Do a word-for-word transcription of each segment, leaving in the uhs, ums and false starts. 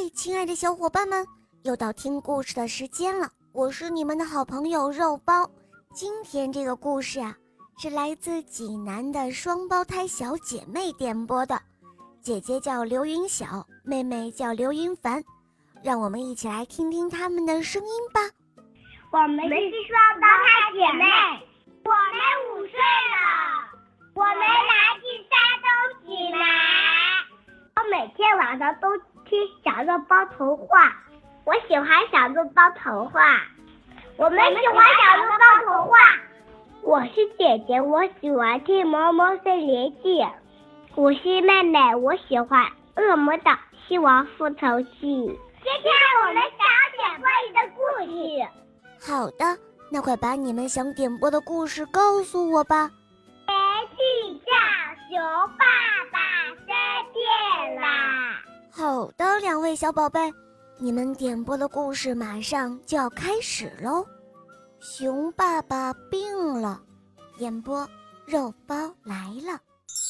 亲爱的小伙伴们，又到听故事的时间了，我是你们的好朋友肉包。今天这个故事啊，是来自济南的双胞胎小姐妹点播的，姐姐叫刘云晓，妹妹叫刘云凡，让我们一起来听听她们的声音吧。 我们是双胞胎姐妹，我们五岁了，我们来自山东济南。我每天晚上都听小肉包童话，我喜欢小肉包童话。我们喜欢小肉包童话。我是姐姐，我喜欢听《萌萌森林记》。我是妹妹，我喜欢《恶魔岛希望复仇记》。今天我们想点播一个故事。 好的，那快把你们想点播的故事告诉我吧。 天气象，熊爸爸生病啦！ 好的，两位小宝贝，你们点播的故事马上就要开始喽。熊爸爸病了，演播肉包来了。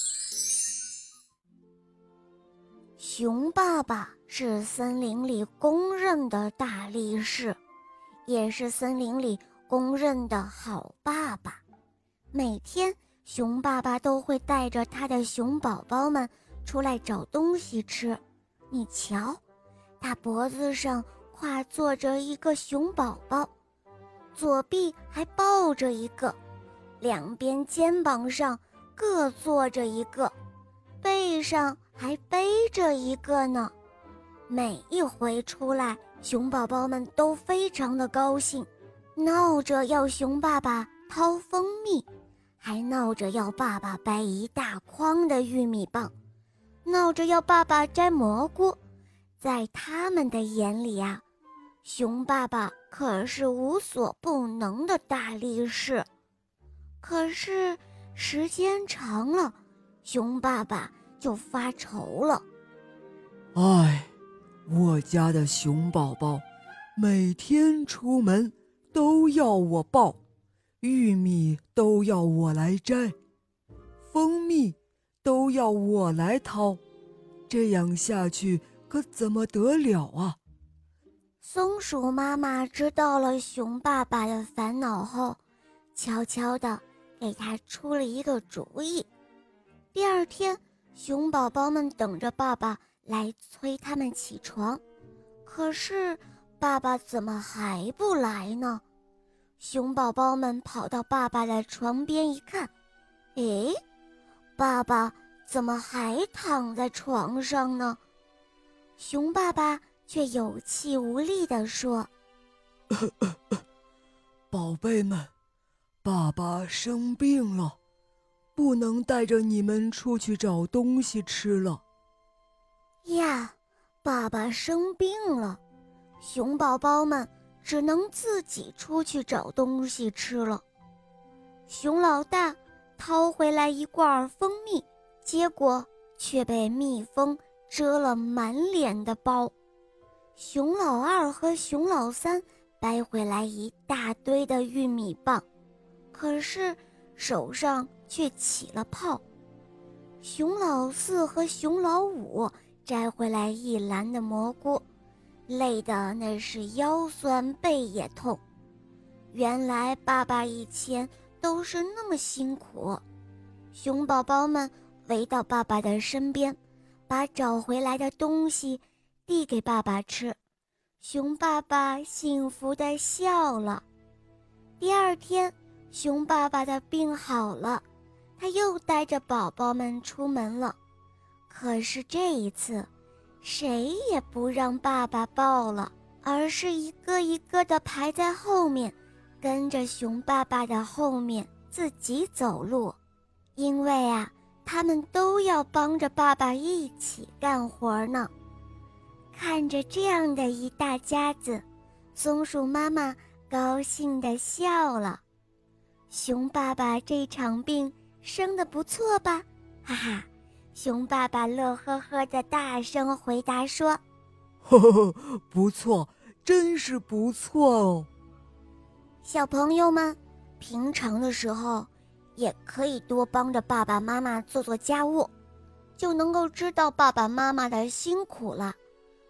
熊爸爸是森林里公认的大力士，也是森林里公认的好爸爸。每天熊爸爸都会带着他的熊宝宝们出来找东西吃。你瞧，他脖子上跨坐着一个熊宝宝，左臂还抱着一个，两边肩膀上各坐着一个，背上还背着一个呢。每一回出来，熊宝宝们都非常的高兴，闹着要熊爸爸掏蜂蜜，还闹着要爸爸掰一大筐的玉米棒，闹着要爸爸摘蘑菇。在他们的眼里啊，熊爸爸可是无所不能的大力士。可是时间长了，熊爸爸就发愁了。 唉，我家的熊宝宝每天出门都要我抱，玉米都要我来摘，蜂蜜都要我来掏，这样下去可怎么得了啊？ 松鼠妈妈知道了熊爸爸的烦恼后，悄悄地给他出了一个主意。第二天，熊宝宝们等着爸爸来催他们起床，可是爸爸怎么还不来呢？熊宝宝们跑到爸爸的床边一看，诶，爸爸怎么还躺在床上呢？熊爸爸却有气无力地说： 宝贝们，爸爸生病了，不能带着你们出去找东西吃了。 呀，爸爸生病了，熊宝宝们只能自己出去找东西吃了。熊老大掏回来一罐蜂蜜，结果却被蜜蜂蛰了满脸的包。熊老二和熊老三掰回来一大堆的玉米棒，可是手上却起了泡。熊老四和熊老五摘回来一篮的蘑菇，累得那是腰酸背也痛。原来爸爸以前都是那么辛苦。熊宝宝们围到爸爸的身边，把找回来的东西递给爸爸吃。熊爸爸幸福地笑了。第二天，熊爸爸的病好了，他又带着宝宝们出门了。可是这一次，谁也不让爸爸抱了，而是一个一个地排在后面，跟着熊爸爸的后面自己走路。因为啊，他们都要帮着爸爸一起干活呢。看着这样的一大家子，松鼠妈妈高兴地笑了。熊爸爸这场病生得不错吧？哈哈，熊爸爸乐呵呵地大声回答说： 呵呵呵，不错，真是不错哦。 小朋友们，平常的时候也可以多帮着爸爸妈妈做做家务，就能够知道爸爸妈妈的辛苦了。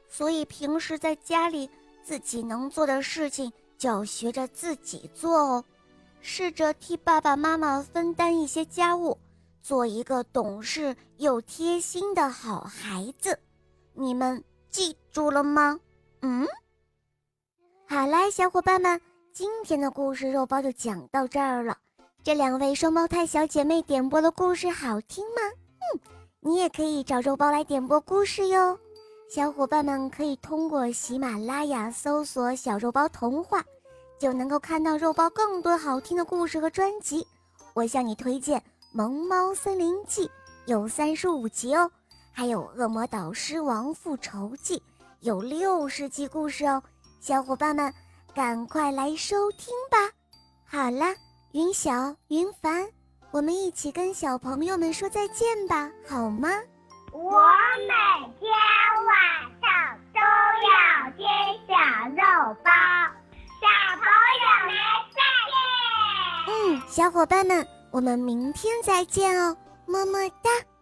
所以平时在家里自己能做的事情就要学着自己做哦，试着替爸爸妈妈分担一些家务，做一个懂事又贴心的好孩子。你们记住了吗？嗯，好啦，小伙伴们，今天的故事肉包就讲到这儿了。这两位双胞胎小姐妹点播的故事好听吗？嗯，你也可以找肉包来点播故事哟。小伙伴们可以通过喜马拉雅搜索小肉包童话，就能够看到肉包更多好听的故事和专辑。我向你推荐《萌猫森林记》，有三十五集哦，还有《恶魔岛狮王复仇记》，有六十集故事哦。小伙伴们赶快来收听吧。好啦，云晓、云凡，我们一起跟小朋友们说再见吧，好吗？ 我每天晚上都要听小肉包，小朋友们再见。 嗯，小伙伴们，我们明天再见哦，么么哒。